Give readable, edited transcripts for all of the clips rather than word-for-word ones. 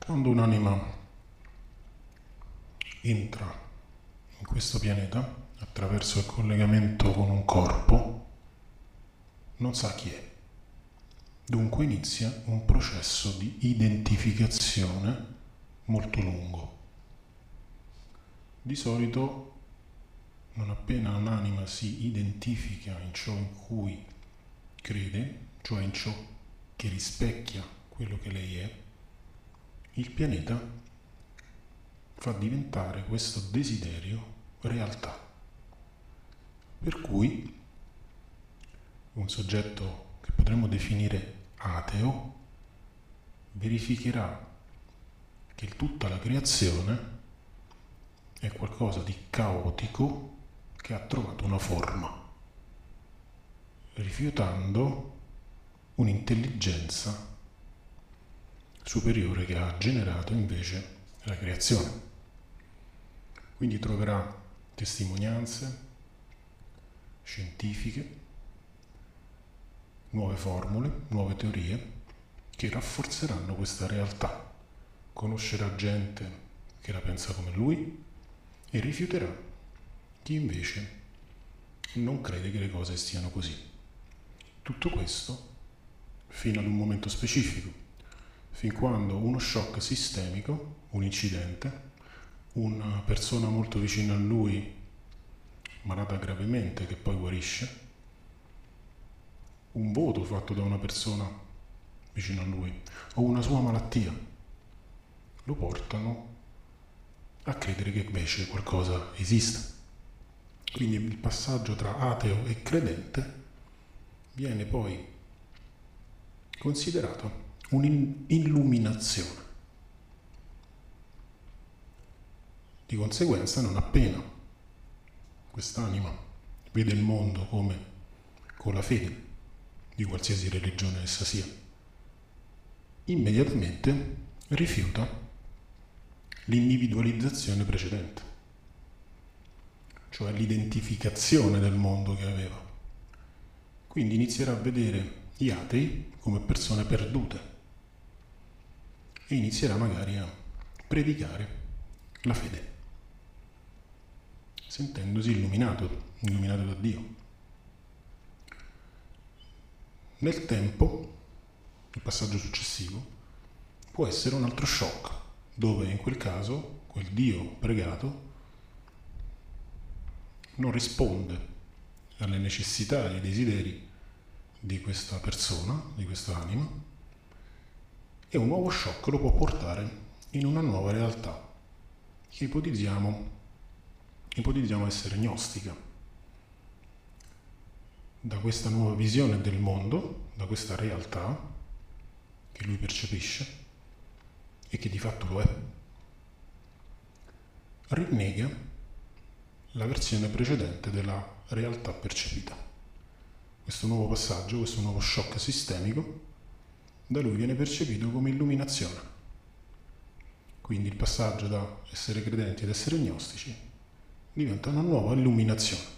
Quando un'anima entra in questo pianeta attraverso il collegamento con un corpo, non sa chi è. Dunque inizia un processo di identificazione molto lungo. Di solito, non appena un'anima si identifica in ciò in cui crede, cioè in ciò che rispecchia quello che lei è, il pianeta fa diventare questo desiderio realtà. Per cui un soggetto che potremmo definire ateo verificherà che tutta la creazione è qualcosa di caotico che ha trovato una forma, rifiutando un'intelligenza superiore che ha generato invece la creazione. Quindi troverà testimonianze scientifiche, nuove formule, nuove teorie che rafforzeranno questa realtà. Conoscerà gente che la pensa come lui e rifiuterà chi invece non crede che le cose stiano così. Tutto questo fino ad un momento specifico, fin quando uno shock sistemico, un incidente, una persona molto vicina a lui malata gravemente che poi guarisce, un voto fatto da una persona vicino a lui o una sua malattia lo portano a credere che invece qualcosa esista. Quindi il passaggio tra ateo e credente viene poi considerato un'illuminazione. Di conseguenza, non appena quest'anima vede il mondo come con la fede di qualsiasi religione essa sia, immediatamente rifiuta l'individualizzazione precedente, cioè l'identificazione del mondo che aveva. Quindi inizierà a vedere gli atei come persone perdute e inizierà magari a predicare la fede, sentendosi illuminato da Dio. Nel tempo, il passaggio successivo può essere un altro shock, dove in quel caso quel Dio pregato non risponde alle necessità e ai desideri di questa persona, di questa anima, e un nuovo shock lo può portare in una nuova realtà che ipotizziamo essere gnostica. Da questa nuova visione del mondo, da questa realtà che lui percepisce e che di fatto lo è, rinnega la versione precedente della realtà percepita. Questo nuovo passaggio, questo nuovo shock sistemico, da lui viene percepito come illuminazione. Quindi il passaggio da essere credenti ad essere gnostici diventa una nuova illuminazione.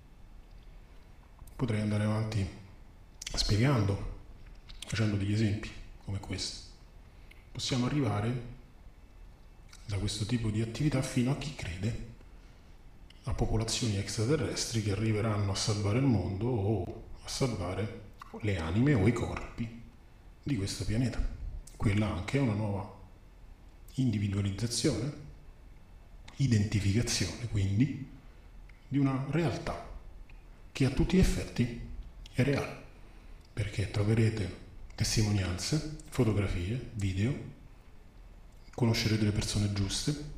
Potrei andare avanti spiegando, facendo degli esempi come questo. Possiamo arrivare da questo tipo di attività fino a chi crede a popolazioni extraterrestri che arriveranno a salvare il mondo o a salvare le anime o i corpi di questo pianeta. Quella anche è una nuova individualizzazione, identificazione quindi di una realtà che a tutti gli effetti è reale, perché troverete testimonianze, fotografie, video, conoscerete le persone giuste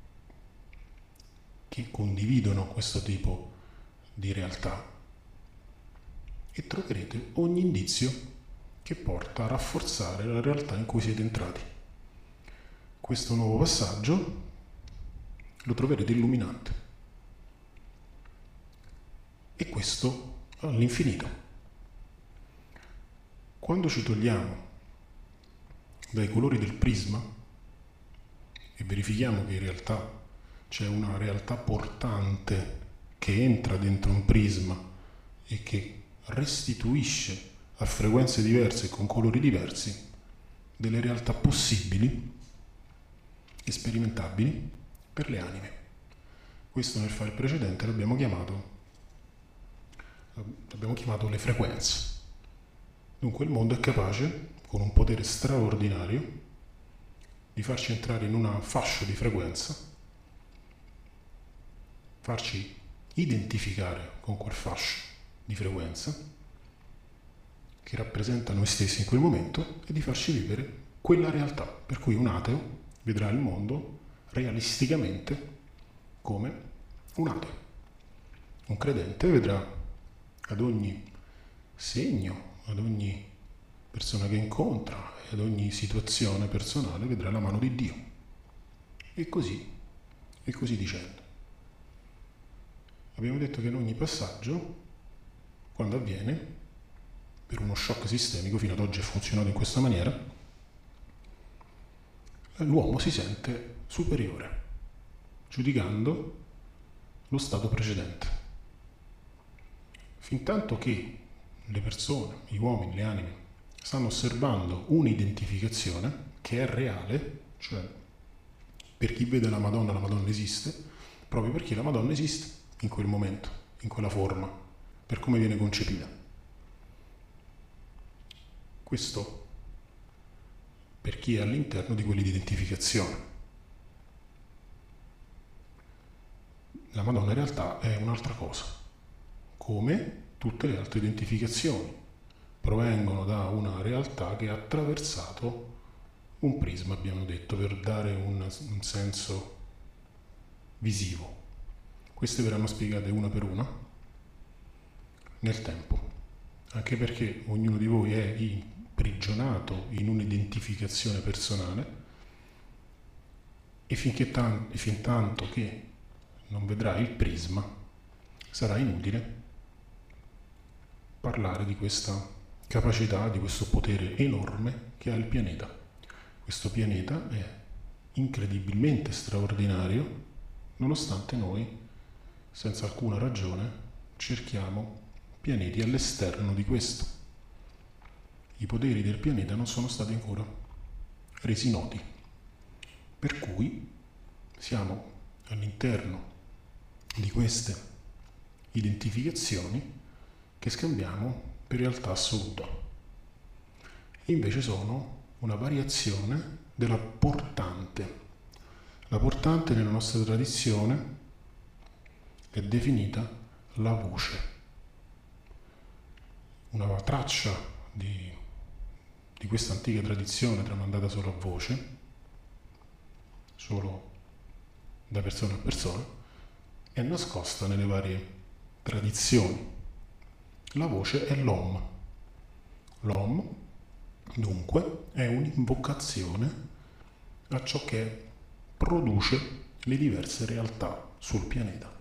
che condividono questo tipo di realtà e troverete ogni indizio che porta a rafforzare la realtà in cui siete entrati. Questo nuovo passaggio lo troverete illuminante e questo all'infinito. Quando ci togliamo dai colori del prisma e verifichiamo che in realtà c'è una realtà portante che entra dentro un prisma e che restituisce a frequenze diverse e con colori diversi delle realtà possibili, e sperimentabili per le anime. Questo nel file precedente l'abbiamo chiamato le frequenze. Dunque il mondo è capace, con un potere straordinario, di farci entrare in una fascia di frequenza, farci identificare con quel fascio di frequenza che rappresenta noi stessi in quel momento e di farci vivere quella realtà, per cui un ateo vedrà il mondo realisticamente come un ateo. Un credente vedrà ad ogni segno, ad ogni persona che incontra, ad ogni situazione personale vedrà la mano di Dio. E così dicendo. Abbiamo detto che in ogni passaggio, quando avviene, per uno shock sistemico, fino ad oggi è funzionato in questa maniera, l'uomo si sente superiore, giudicando lo stato precedente. Fintanto che le persone, gli uomini, le anime, stanno osservando un'identificazione che è reale, cioè per chi vede la Madonna esiste, proprio perché la Madonna esiste in quel momento, in quella forma, per come viene concepita. Questo per chi è all'interno di quell'identificazione. La Madonna in realtà è un'altra cosa, come tutte le altre identificazioni provengono da una realtà che ha attraversato un prisma, abbiamo detto, per dare un senso visivo. Queste verranno spiegate una per una nel tempo, anche perché ognuno di voi è imprigionato in un'identificazione personale e fin tanto che non vedrà il prisma sarà inutile parlare di questa capacità, di questo potere enorme che ha il pianeta. Questo pianeta è incredibilmente straordinario, nonostante noi, senza alcuna ragione, cerchiamo pianeti all'esterno di questo. I poteri del pianeta non sono stati ancora resi noti, per cui siamo all'interno di queste identificazioni che scambiamo per realtà assoluta e invece sono una variazione della portante. La portante nella nostra tradizione è definita la voce, una traccia di questa antica tradizione tramandata solo a voce, solo da persona a persona, è nascosta nelle varie tradizioni. La voce è l'Om. L'Om, dunque, è un'invocazione a ciò che produce le diverse realtà sul pianeta.